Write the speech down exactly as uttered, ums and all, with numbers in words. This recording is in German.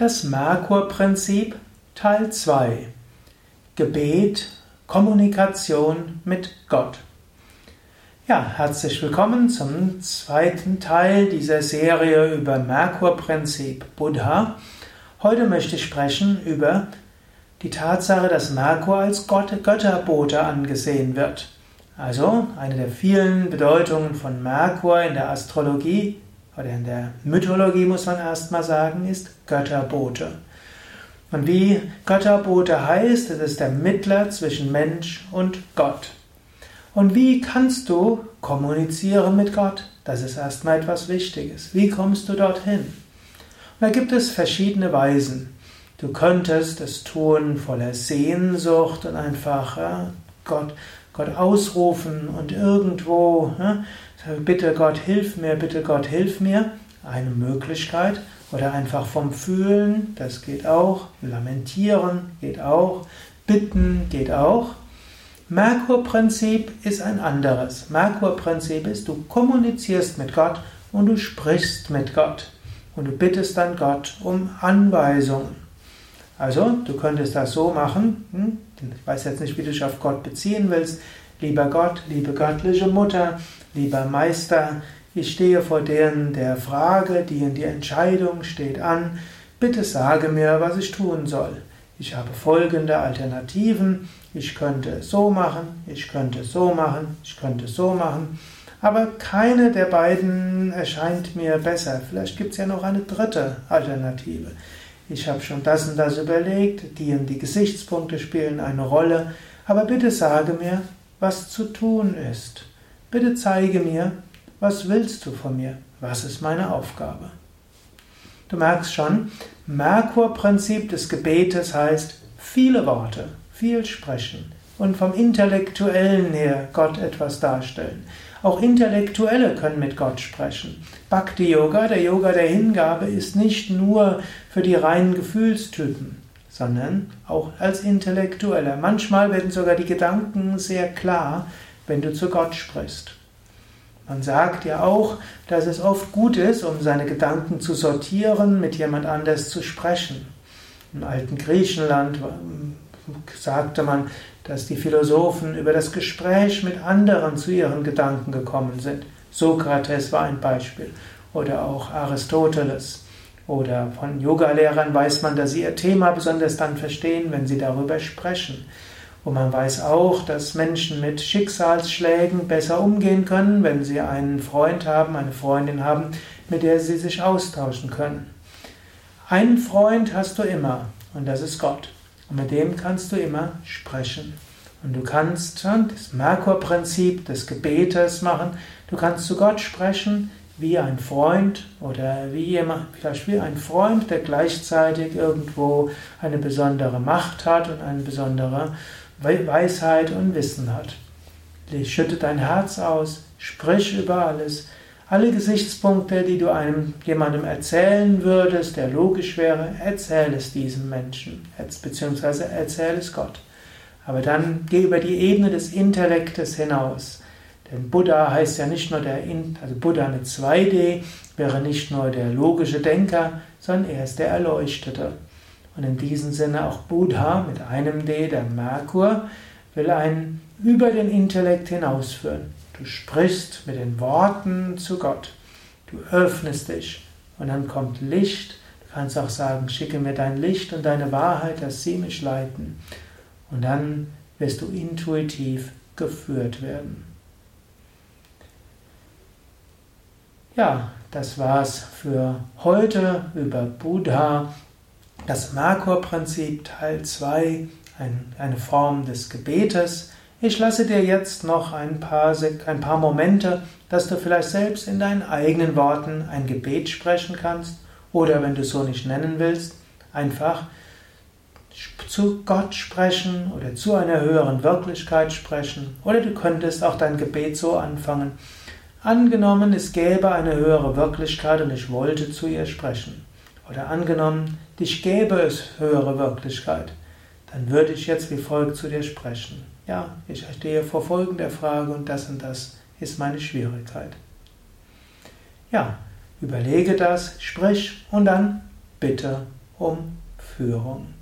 Das Merkur-Prinzip Teil zwei. Gebet, Kommunikation mit Gott. Ja, herzlich willkommen zum zweiten Teil dieser Serie über Merkur-Prinzip Buddha. Heute möchte ich sprechen über die Tatsache, dass Merkur als Gott, Götterbote angesehen wird. Also eine der vielen Bedeutungen von Merkur in der Astrologie oder in der Mythologie, muss man erstmal sagen, ist Götterbote. Und wie Götterbote heißt, es ist der Mittler zwischen Mensch und Gott. Und wie kannst du kommunizieren mit Gott? Das ist erstmal etwas Wichtiges. Wie kommst du dorthin? Und da gibt es verschiedene Weisen. Du könntest es tun voller Sehnsucht und einfach ja, Gott, Gott ausrufen und irgendwo, ja, bitte Gott, hilf mir, bitte Gott, hilf mir. Eine Möglichkeit. Oder einfach vom Fühlen, das geht auch. Lamentieren geht auch. Bitten geht auch. Merkur-Prinzip ist ein anderes. Merkur-Prinzip ist, du kommunizierst mit Gott und du sprichst mit Gott. Und du bittest dann Gott um Anweisungen. Also, du könntest das so machen, ich weiß jetzt nicht, wie du dich auf Gott beziehen willst. Lieber Gott, liebe göttliche Mutter, lieber Meister, ich stehe vor deren der Frage, die in die Entscheidung steht an. Bitte sage mir, was ich tun soll. Ich habe folgende Alternativen. Ich könnte es so machen, ich könnte es so machen, ich könnte es so machen. Aber keine der beiden erscheint mir besser. Vielleicht gibt es ja noch eine dritte Alternative. Ich habe schon das und das überlegt, die und die Gesichtspunkte spielen eine Rolle. Aber bitte sage mir, was zu tun ist. Bitte zeige mir, was willst du von mir? Was ist meine Aufgabe? Du merkst schon, Merkur-Prinzip des Gebetes heißt viele Worte, viel sprechen und vom Intellektuellen her Gott etwas darstellen. Auch Intellektuelle können mit Gott sprechen. Bhakti-Yoga, der Yoga der Hingabe, ist nicht nur für die reinen Gefühlstypen, sondern auch als Intellektueller. Manchmal werden sogar die Gedanken sehr klar, wenn du zu Gott sprichst. Man sagt ja auch, dass es oft gut ist, um seine Gedanken zu sortieren, mit jemand anders zu sprechen. Im alten Griechenland sagte man, dass die Philosophen über das Gespräch mit anderen zu ihren Gedanken gekommen sind. Sokrates war ein Beispiel. Oder auch Aristoteles. Oder von Yogalehrern weiß man, dass sie ihr Thema besonders dann verstehen, wenn sie darüber sprechen. Und man weiß auch, dass Menschen mit Schicksalsschlägen besser umgehen können, wenn sie einen Freund haben, eine Freundin haben, mit der sie sich austauschen können. Einen Freund hast du immer, und das ist Gott. Und mit dem kannst du immer sprechen. Und du kannst das Merkur-Prinzip des Gebetes machen. Du kannst zu Gott sprechen wie ein Freund oder wie jemand, vielleicht wie ein Freund, der gleichzeitig irgendwo eine besondere Macht hat und eine besondere Weisheit und Wissen hat. Schütte dein Herz aus, sprich über alles. Alle Gesichtspunkte, die du einem jemandem erzählen würdest, der logisch wäre, erzähl es diesem Menschen, beziehungsweise erzähl es Gott. Aber dann geh über die Ebene des Intellektes hinaus. Denn Buddha heißt ja nicht nur der, also Buddha mit zwei D, wäre nicht nur der logische Denker, sondern er ist der Erleuchtete. Und in diesem Sinne auch Buddha mit einem D, der Merkur, will einen über den Intellekt hinausführen. Du sprichst mit den Worten zu Gott. Du öffnest dich und dann kommt Licht. Du kannst auch sagen, schicke mir dein Licht und deine Wahrheit, dass sie mich leiten. Und dann wirst du intuitiv geführt werden. Ja, das war's für heute über Buddha. Das Merkur-Prinzip Teil zwei, ein, eine Form des Gebetes. Ich lasse dir jetzt noch ein paar, ein paar Momente, dass du vielleicht selbst in deinen eigenen Worten ein Gebet sprechen kannst oder, wenn du es so nicht nennen willst, einfach zu Gott sprechen oder zu einer höheren Wirklichkeit sprechen. Oder du könntest auch dein Gebet so anfangen. Angenommen, es gäbe eine höhere Wirklichkeit und ich wollte zu ihr sprechen. Oder angenommen, dich gäbe es höhere Wirklichkeit, dann würde ich jetzt wie folgt zu dir sprechen. Ja, ich stehe vor folgender Frage und das und das ist meine Schwierigkeit. Ja, überlege das, sprich und dann bitte um Führung.